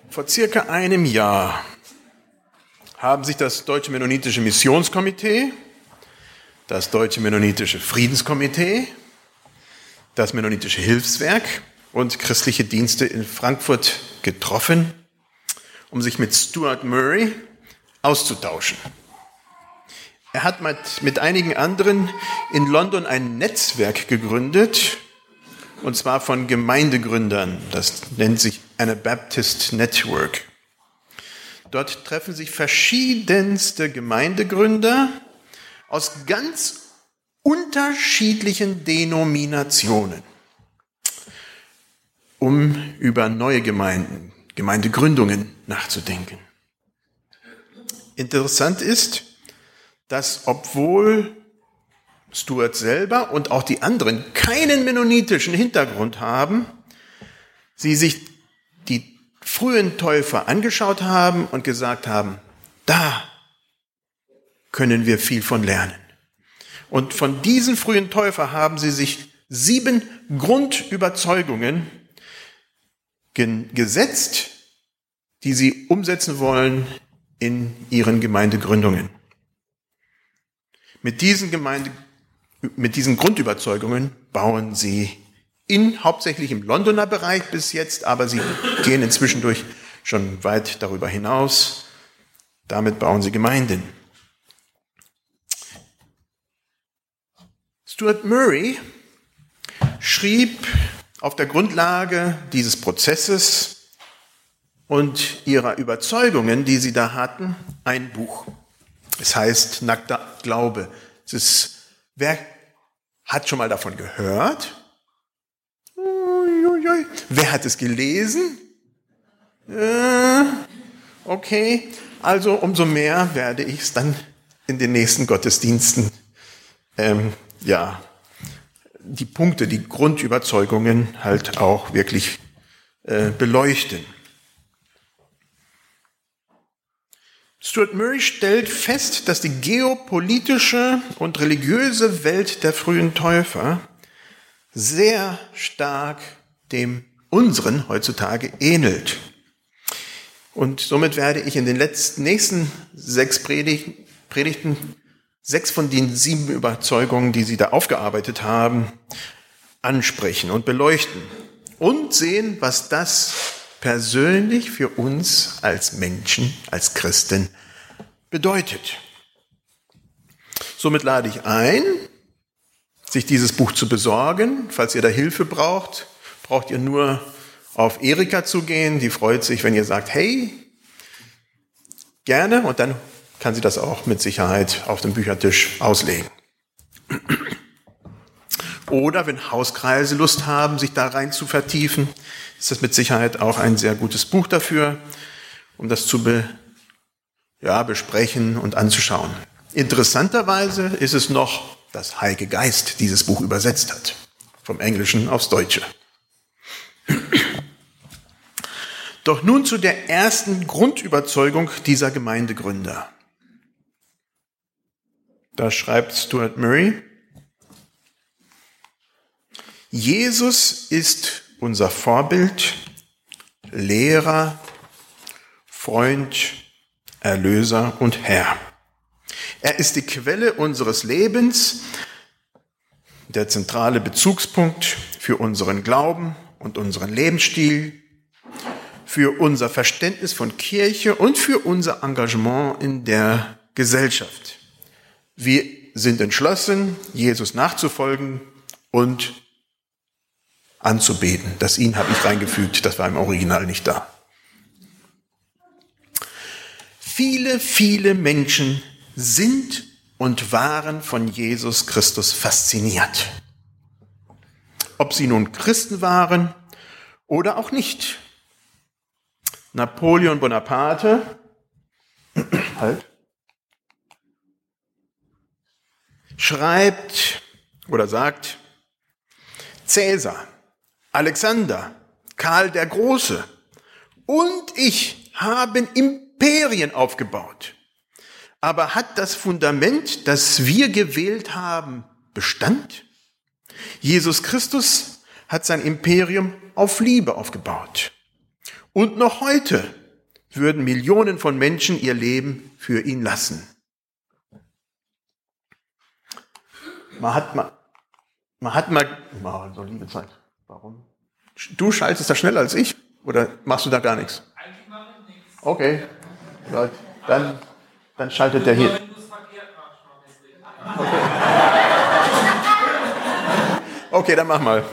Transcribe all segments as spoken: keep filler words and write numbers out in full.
Vor circa einem Jahr haben sich das Deutsche Mennonitische Missionskomitee, das Deutsche Mennonitische Friedenskomitee, das Mennonitische Hilfswerk und christliche Dienste in Frankfurt getroffen, um sich mit Stuart Murray auszutauschen. Er hat mit, mit einigen anderen in London ein Netzwerk gegründet, und zwar von Gemeindegründern. Das nennt sich Anabaptist Network. Dort treffen sich verschiedenste Gemeindegründer aus ganz unterschiedlichen Denominationen, um über neue Gemeinden, Gemeindegründungen nachzudenken. Interessant ist, dass obwohl Stuart selber und auch die anderen keinen mennonitischen Hintergrund haben, sie sich die frühen Täufer angeschaut haben und gesagt haben, da können wir viel von lernen. Und von diesen frühen Täufer haben sie sich sieben Grundüberzeugungen gesetzt, die sie umsetzen wollen in ihren Gemeindegründungen. Mit diesen Gemeinde, mit diesen Grundüberzeugungen bauen sie in, hauptsächlich im Londoner Bereich bis jetzt, aber sie gehen inzwischen durch schon weit darüber hinaus. Damit bauen sie Gemeinden. Stuart Murray schrieb auf der Grundlage dieses Prozesses und ihrer Überzeugungen, die sie da hatten, ein Buch. Es heißt Nackter Glaube. Es ist, wer hat schon mal davon gehört? Uiuiui. Wer hat es gelesen? Äh, okay, also umso mehr werde ich es dann in den nächsten Gottesdiensten, ähm, ja, die Punkte, die Grundüberzeugungen halt auch wirklich äh, beleuchten. Stuart Murray stellt fest, dass die geopolitische und religiöse Welt der frühen Täufer sehr stark dem unseren heutzutage ähnelt. Und somit werde ich in den letzten, nächsten sechs Predigten, Predigten sechs von den sieben Überzeugungen, die Sie da aufgearbeitet haben, ansprechen und beleuchten und sehen, was das persönlich für uns als Menschen, als Christen bedeutet. Somit lade ich ein, sich dieses Buch zu besorgen. Falls ihr da Hilfe braucht, braucht ihr nur auf Erika zugehen. Die freut sich, wenn ihr sagt, hey, gerne. Und dann kann sie das auch mit Sicherheit auf dem Büchertisch auslegen. Oder wenn Hauskreise Lust haben, sich da rein zu vertiefen, ist das mit Sicherheit auch ein sehr gutes Buch dafür, um das zu be, ja, besprechen und anzuschauen. Interessanterweise ist es noch, dass Heike Geist dieses Buch übersetzt hat, vom Englischen aufs Deutsche. Doch nun zu der ersten Grundüberzeugung dieser Gemeindegründer. Da schreibt Stuart Murray: Jesus ist unser Vorbild, Lehrer, Freund, Erlöser und Herr. Er ist die Quelle unseres Lebens, der zentrale Bezugspunkt für unseren Glauben und unseren Lebensstil, für unser Verständnis von Kirche und für unser Engagement in der Gesellschaft. Wir sind entschlossen, Jesus nachzufolgen und anzubeten. Das ihn habe ich reingefügt, das war im Original nicht da. Viele, viele Menschen sind und waren von Jesus Christus fasziniert. Ob sie nun Christen waren oder auch nicht. Napoleon Bonaparte halt, schreibt oder sagt, Cäsar, Alexander, Karl der Große und ich haben Imperien aufgebaut. Aber hat das Fundament, das wir gewählt haben, Bestand? Jesus Christus hat sein Imperium auf Liebe aufgebaut. Und noch heute würden Millionen von Menschen ihr Leben für ihn lassen. Mahatma, Mahatma, oh, so liebe Zeit, warum? Du schaltest da schneller als ich oder machst du da gar nichts? Eigentlich mache ich nichts. Okay, gut, dann, dann schaltet der hier. Okay. Okay, dann mach mal.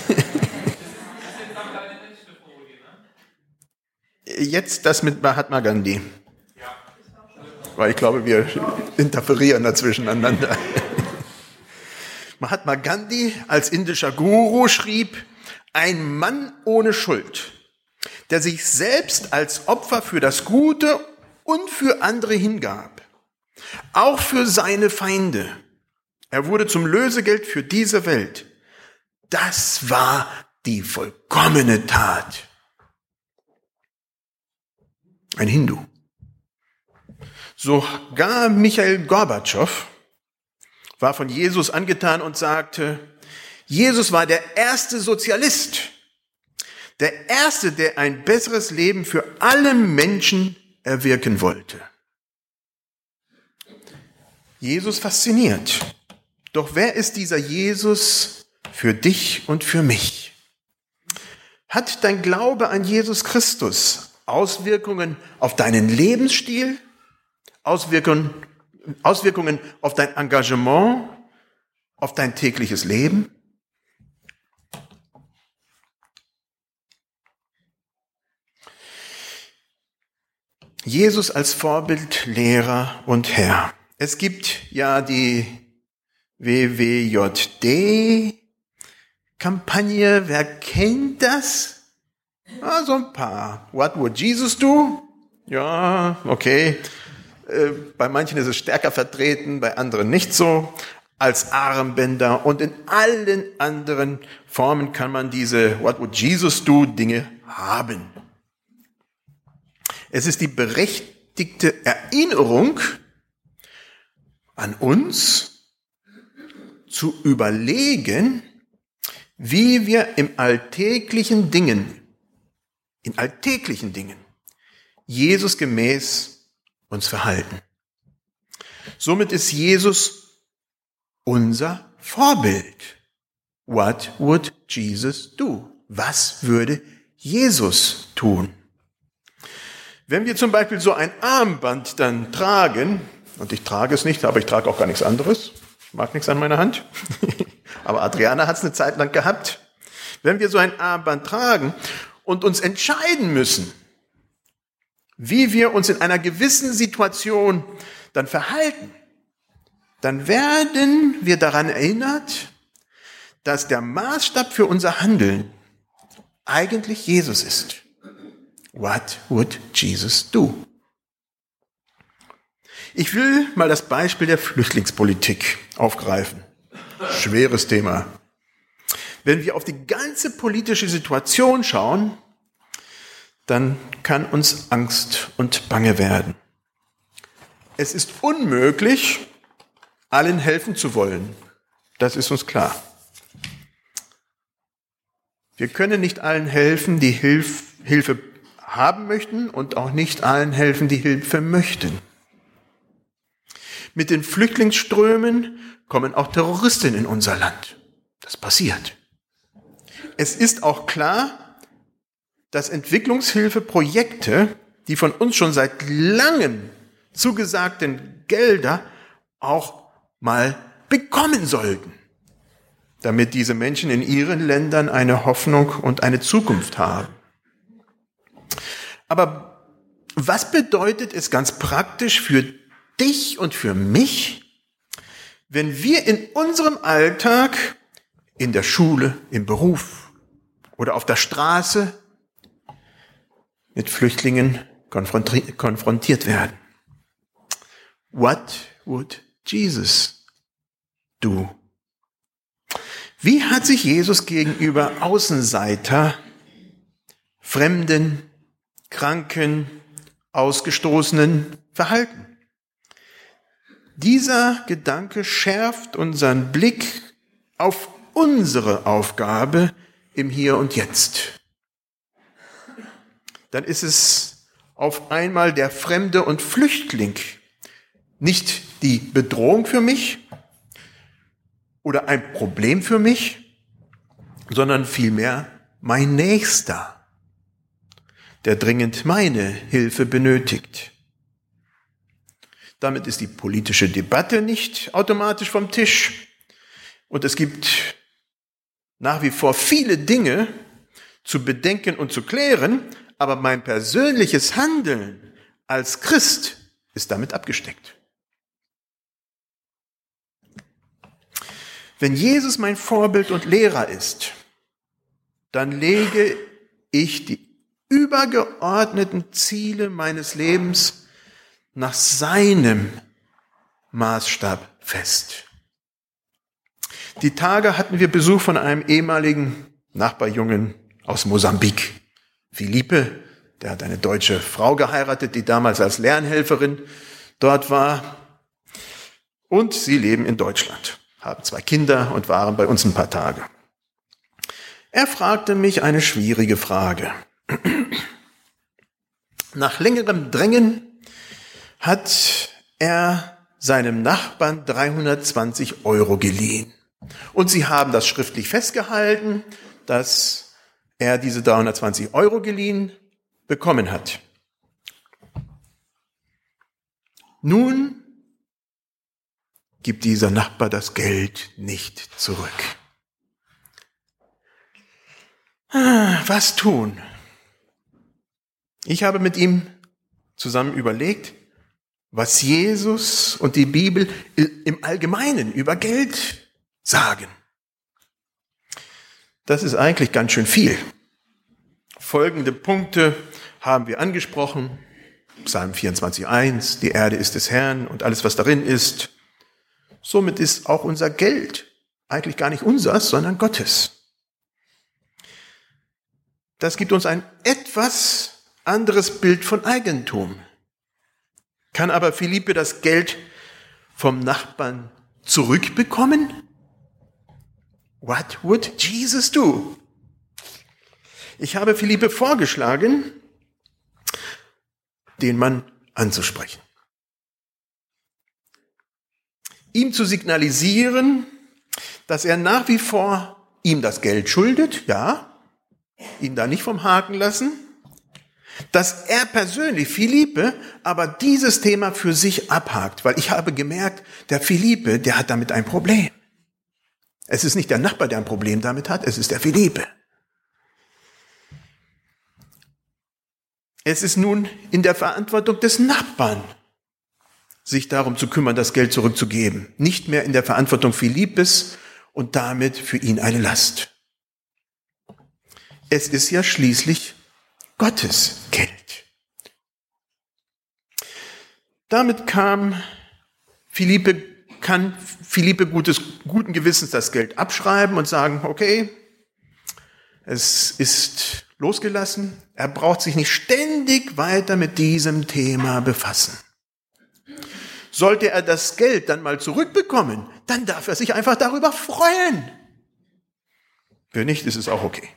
Jetzt das mit Mahatma Gandhi. Weil ich glaube, wir interferieren dazwischen aneinander. Mahatma Gandhi als indischer Guru schrieb, ein Mann ohne Schuld, der sich selbst als Opfer für das Gute und für andere hingab, auch für seine Feinde. Er wurde zum Lösegeld für diese Welt. Das war die vollkommene Tat. Ein Hindu. Sogar Michail Gorbatschow war von Jesus angetan und sagte, Jesus war der erste Sozialist, der erste, der ein besseres Leben für alle Menschen erwirken wollte. Jesus fasziniert. Doch wer ist dieser Jesus für dich und für mich? Hat dein Glaube an Jesus Christus Auswirkungen auf deinen Lebensstil, Auswirkungen, Auswirkungen auf dein Engagement, auf dein tägliches Leben? Jesus als Vorbild, Lehrer und Herr. Es gibt ja die W W J D-Kampagne. Wer kennt das? Ah, so ein paar. What would Jesus do? Ja, okay. Äh, bei manchen ist es stärker vertreten, bei anderen nicht so. Als Armbänder und in allen anderen Formen kann man diese What would Jesus do Dinge haben. Es ist die berechtigte Erinnerung an uns, zu überlegen, wie wir im alltäglichen Dingen, in alltäglichen Dingen, Jesus gemäß uns verhalten. Somit ist Jesus unser Vorbild. What would Jesus do? Was würde Jesus tun? Wenn wir zum Beispiel so ein Armband dann tragen, und ich trage es nicht, aber ich trage auch gar nichts anderes, ich mag nichts an meiner Hand, aber Adriana hat es eine Zeit lang gehabt. Wenn wir so ein Armband tragen und uns entscheiden müssen, wie wir uns in einer gewissen Situation dann verhalten, dann werden wir daran erinnert, dass der Maßstab für unser Handeln eigentlich Jesus ist. What would Jesus do? Ich will mal das Beispiel der Flüchtlingspolitik aufgreifen. Schweres Thema. Wenn wir auf die ganze politische Situation schauen, dann kann uns Angst und Bange werden. Es ist unmöglich, allen helfen zu wollen. Das ist uns klar. Wir können nicht allen helfen, die Hilf, Hilfe haben möchten und auch nicht allen helfen, die Hilfe möchten. Mit den Flüchtlingsströmen kommen auch Terroristen in unser Land. Das passiert. Es ist auch klar, dass Entwicklungshilfeprojekte, die von uns schon seit langem zugesagten Gelder auch mal bekommen sollten, damit diese Menschen in ihren Ländern eine Hoffnung und eine Zukunft haben. Aber was bedeutet es ganz praktisch für dich und für mich, wenn wir in unserem Alltag, in der Schule, im Beruf oder auf der Straße mit Flüchtlingen konfronti- konfrontiert werden? What would Jesus do? Wie hat sich Jesus gegenüber Außenseiter, Fremden, Kranken, Ausgestoßenen verhalten? Dieser Gedanke schärft unseren Blick auf unsere Aufgabe im Hier und Jetzt. Dann ist es auf einmal der Fremde und Flüchtling nicht die Bedrohung für mich oder ein Problem für mich, sondern vielmehr mein Nächster, der dringend meine Hilfe benötigt. Damit ist die politische Debatte nicht automatisch vom Tisch. Und es gibt nach wie vor viele Dinge zu bedenken und zu klären, aber mein persönliches Handeln als Christ ist damit abgesteckt. Wenn Jesus mein Vorbild und Lehrer ist, dann lege ich die übergeordneten Ziele meines Lebens nach seinem Maßstab fest. Die Tage hatten wir Besuch von einem ehemaligen Nachbarjungen aus Mosambik. Philippe, der hat eine deutsche Frau geheiratet, die damals als Lernhelferin dort war. Und sie leben in Deutschland, haben zwei Kinder und waren bei uns ein paar Tage. Er fragte mich eine schwierige Frage. Nach längerem Drängen hat er seinem Nachbarn dreihundertzwanzig Euro geliehen. Und sie haben das schriftlich festgehalten, dass er diese dreihundertzwanzig Euro geliehen bekommen hat. Nun gibt dieser Nachbar das Geld nicht zurück. Was tun? Ich habe mit ihm zusammen überlegt, was Jesus und die Bibel im Allgemeinen über Geld sagen. Das ist eigentlich ganz schön viel. Folgende Punkte haben wir angesprochen. Psalm vierundzwanzig eins, die Erde ist des Herrn und alles, was darin ist. Somit ist auch unser Geld eigentlich gar nicht unseres, sondern Gottes. Das gibt uns ein etwas anderes Bild von Eigentum. Kann aber Philippe das Geld vom Nachbarn zurückbekommen? What would Jesus do? Ich habe Philippe vorgeschlagen, den Mann anzusprechen. Ihm zu signalisieren, dass er nach wie vor ihm das Geld schuldet, ja, ihn da nicht vom Haken lassen, dass er persönlich, Philippe, aber dieses Thema für sich abhakt, weil ich habe gemerkt, der Philippe, der hat damit ein Problem. Es ist nicht der Nachbar, der ein Problem damit hat, es ist der Philippe. Es ist nun in der Verantwortung des Nachbarn, sich darum zu kümmern, das Geld zurückzugeben. Nicht mehr in der Verantwortung Philippes und damit für ihn eine Last. Es ist ja schließlich Gottes Geld. Damit kam Philippe, kann Philippe gutes, guten Gewissens das Geld abschreiben und sagen, okay, es ist losgelassen. Er braucht sich nicht ständig weiter mit diesem Thema befassen. Sollte er das Geld dann mal zurückbekommen, dann darf er sich einfach darüber freuen. Wenn nicht, ist es auch okay.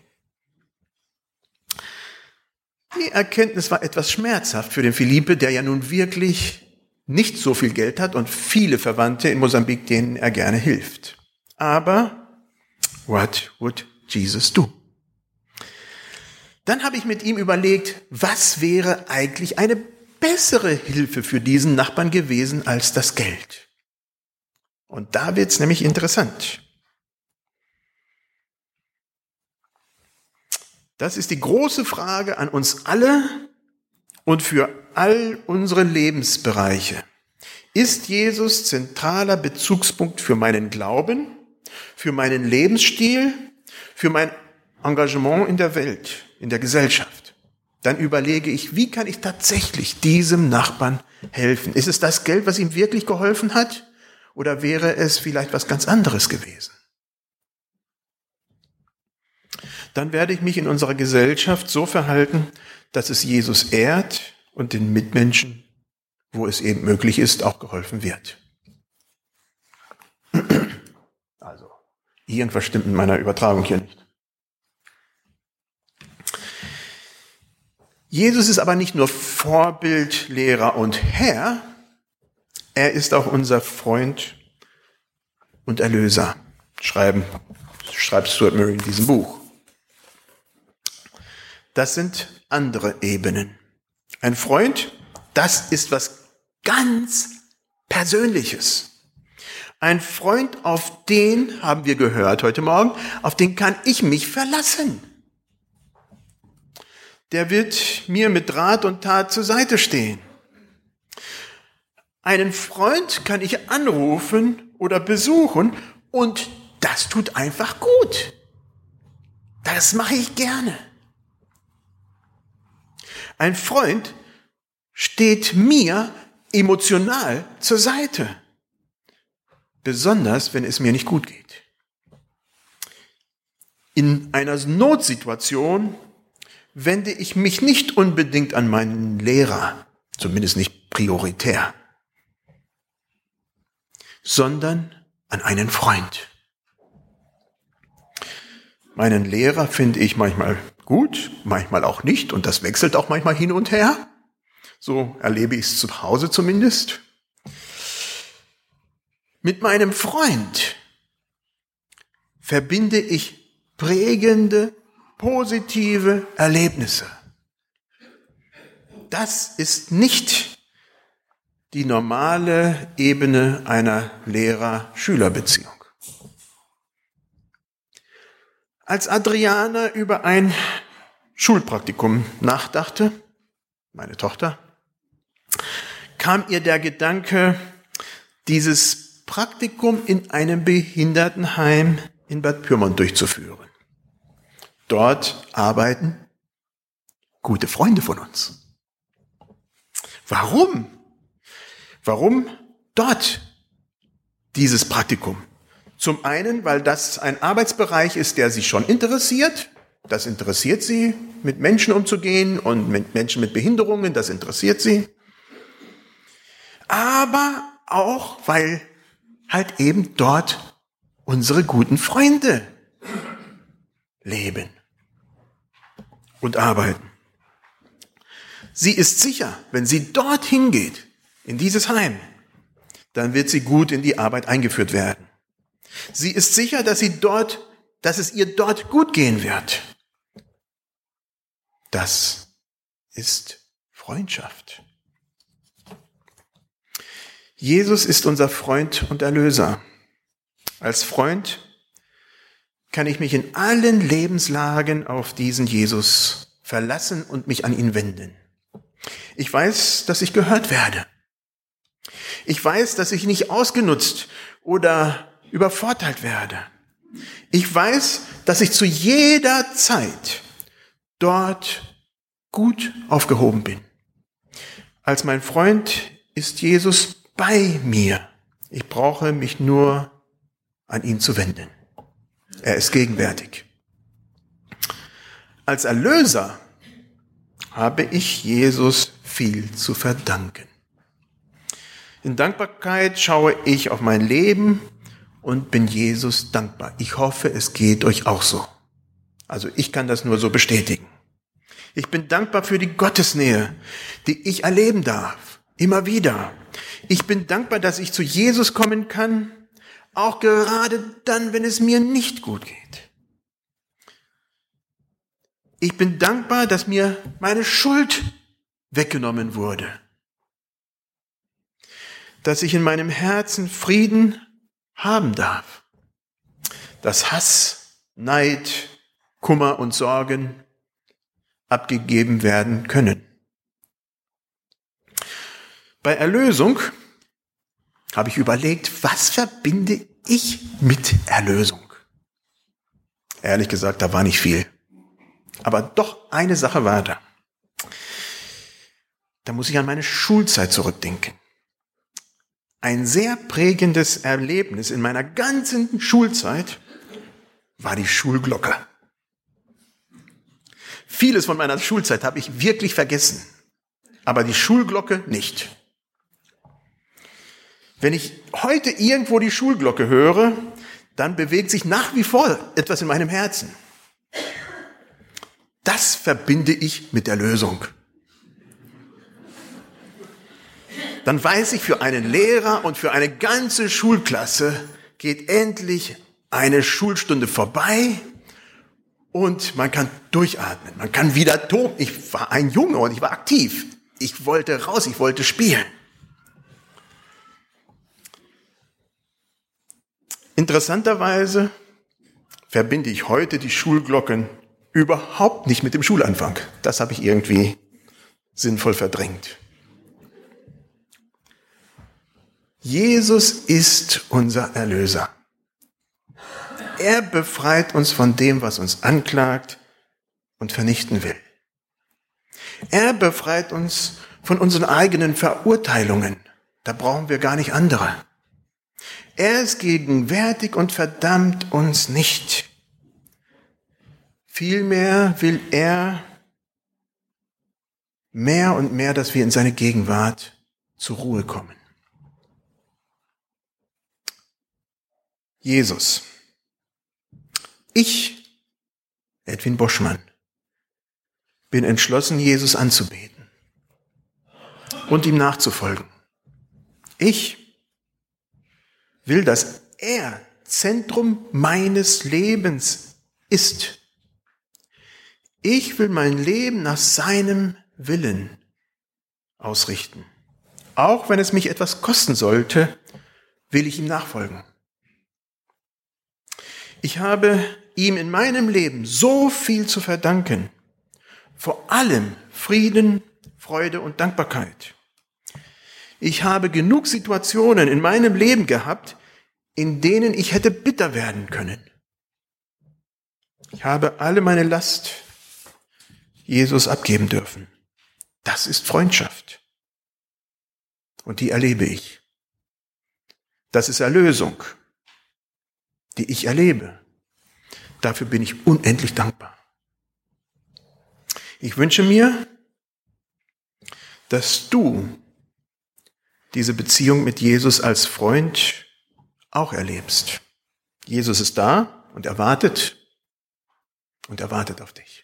Die Erkenntnis war etwas schmerzhaft für den Philippe, der ja nun wirklich nicht so viel Geld hat und viele Verwandte in Mosambik, denen er gerne hilft. Aber what would Jesus do? Dann habe ich mit ihm überlegt, was wäre eigentlich eine bessere Hilfe für diesen Nachbarn gewesen als das Geld. Und da wird's nämlich interessant. Das ist die große Frage an uns alle und für all unsere Lebensbereiche. Ist Jesus zentraler Bezugspunkt für meinen Glauben, für meinen Lebensstil, für mein Engagement in der Welt, in der Gesellschaft? Dann überlege ich, wie kann ich tatsächlich diesem Nachbarn helfen? Ist es das Geld, was ihm wirklich geholfen hat? Oder wäre es vielleicht was ganz anderes gewesen? Dann werde ich mich in unserer Gesellschaft so verhalten, dass es Jesus ehrt und den Mitmenschen, wo es eben möglich ist, auch geholfen wird. Also, irgendwas stimmt in meiner Übertragung hier nicht. Jesus ist aber nicht nur Vorbild, Lehrer und Herr, er ist auch unser Freund und Erlöser, schreiben, schreibt Stuart Murray in diesem Buch. Das sind andere Ebenen. Ein Freund, das ist was ganz Persönliches. Ein Freund, auf den, haben wir gehört heute Morgen, auf den kann ich mich verlassen. Der wird mir mit Rat und Tat zur Seite stehen. Einen Freund kann ich anrufen oder besuchen und das tut einfach gut. Das mache ich gerne. Ein Freund steht mir emotional zur Seite. Besonders, wenn es mir nicht gut geht. In einer Notsituation wende ich mich nicht unbedingt an meinen Lehrer, zumindest nicht prioritär, sondern an einen Freund. Meinen Lehrer finde ich manchmal gut, manchmal auch nicht und das wechselt auch manchmal hin und her. So erlebe ich es zu Hause zumindest. Mit meinem Freund verbinde ich prägende, positive Erlebnisse. Das ist nicht die normale Ebene einer Lehrer-Schüler-Beziehung. Als Adriana über ein Schulpraktikum nachdachte, meine Tochter, kam ihr der Gedanke, dieses Praktikum in einem Behindertenheim in Bad Pyrmont durchzuführen. Dort arbeiten gute Freunde von uns. Warum? Warum dort dieses Praktikum? Zum einen, weil das ein Arbeitsbereich ist, der sie schon interessiert. Das interessiert sie, mit Menschen umzugehen und mit Menschen mit Behinderungen, das interessiert sie. Aber auch, weil halt eben dort unsere guten Freunde leben und arbeiten. Sie ist sicher, wenn sie dorthin geht, in dieses Heim, dann wird sie gut in die Arbeit eingeführt werden. Sie ist sicher, dass sie dort, dass es ihr dort gut gehen wird. Das ist Freundschaft. Jesus ist unser Freund und Erlöser. Als Freund kann ich mich in allen Lebenslagen auf diesen Jesus verlassen und mich an ihn wenden. Ich weiß, dass ich gehört werde. Ich weiß, dass ich nicht ausgenutzt oder übervorteilt werde. Ich weiß, dass ich zu jeder Zeit dort gut aufgehoben bin. Als mein Freund ist Jesus bei mir. Ich brauche mich nur an ihn zu wenden. Er ist gegenwärtig. Als Erlöser habe ich Jesus viel zu verdanken. In Dankbarkeit schaue ich auf mein Leben und bin Jesus dankbar. Ich hoffe, es geht euch auch so. Also ich kann das nur so bestätigen. Ich bin dankbar für die Gottesnähe, die ich erleben darf. Immer wieder. Ich bin dankbar, dass ich zu Jesus kommen kann, auch gerade dann, wenn es mir nicht gut geht. Ich bin dankbar, dass mir meine Schuld weggenommen wurde. Dass ich in meinem Herzen Frieden haben darf. Dass Hass, Neid, Kummer und Sorgen abgegeben werden können. Bei Erlösung habe ich überlegt, was verbinde ich mit Erlösung? Ehrlich gesagt, da war nicht viel. Aber doch eine Sache war da. Da muss ich an meine Schulzeit zurückdenken. Ein sehr prägendes Erlebnis in meiner ganzen Schulzeit war die Schulglocke. Vieles von meiner Schulzeit habe ich wirklich vergessen, aber die Schulglocke nicht. Wenn ich heute irgendwo die Schulglocke höre, dann bewegt sich nach wie vor etwas in meinem Herzen. Das verbinde ich mit Erlösung. dann weiß ich, für einen Lehrer und für eine ganze Schulklasse geht endlich eine Schulstunde vorbei und man kann durchatmen, man kann wieder toben. Ich war ein Junge und ich war aktiv. Ich wollte raus, ich wollte spielen. Interessanterweise verbinde ich heute die Schulglocken überhaupt nicht mit dem Schulanfang. Das habe ich irgendwie sinnvoll verdrängt. Jesus ist unser Erlöser. Er befreit uns von dem, was uns anklagt und vernichten will. Er befreit uns von unseren eigenen Verurteilungen. Da brauchen wir gar nicht andere. Er ist gegenwärtig und verdammt uns nicht. Vielmehr will er mehr und mehr, dass wir in seine Gegenwart zur Ruhe kommen. Jesus. Ich, Edwin Boschmann, bin entschlossen, Jesus anzubeten und ihm nachzufolgen. Ich will, dass er Zentrum meines Lebens ist. Ich will mein Leben nach seinem Willen ausrichten. Auch wenn es mich etwas kosten sollte, will ich ihm nachfolgen. Ich habe ihm in meinem Leben so viel zu verdanken. Vor allem Frieden, Freude und Dankbarkeit. Ich habe genug Situationen in meinem Leben gehabt, in denen ich hätte bitter werden können. Ich habe alle meine Last Jesus abgeben dürfen. Das ist Freundschaft. Und die erlebe ich. Das ist Erlösung, die ich erlebe. Dafür bin ich unendlich dankbar. Ich wünsche mir, dass du diese Beziehung mit Jesus als Freund auch erlebst. Jesus ist da und er wartet und er wartet auf dich.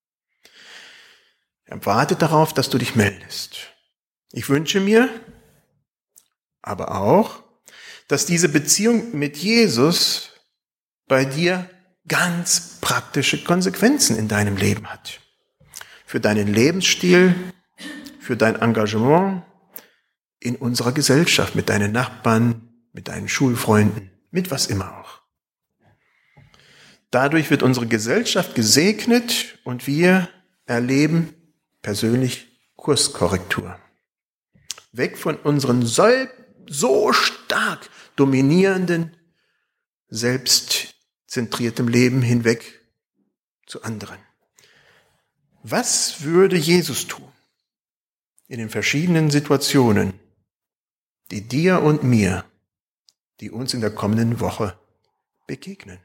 Er wartet darauf, dass du dich meldest. Ich wünsche mir aber auch, dass diese Beziehung mit Jesus bei dir ganz praktische Konsequenzen in deinem Leben hat. Für deinen Lebensstil, für dein Engagement in unserer Gesellschaft, mit deinen Nachbarn, mit deinen Schulfreunden, mit was immer auch. Dadurch wird unsere Gesellschaft gesegnet und wir erleben persönlich Kurskorrektur. Weg von unseren so stark dominierenden, selbstzentriertem Leben hinweg zu anderen. Was würde Jesus tun in den verschiedenen Situationen, die dir und mir, die uns in der kommenden Woche begegnen?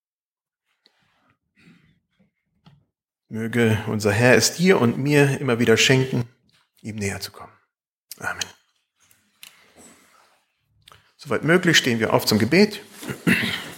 Möge unser Herr es dir und mir immer wieder schenken, ihm näher zu kommen. Amen. Soweit möglich stehen wir auf zum Gebet.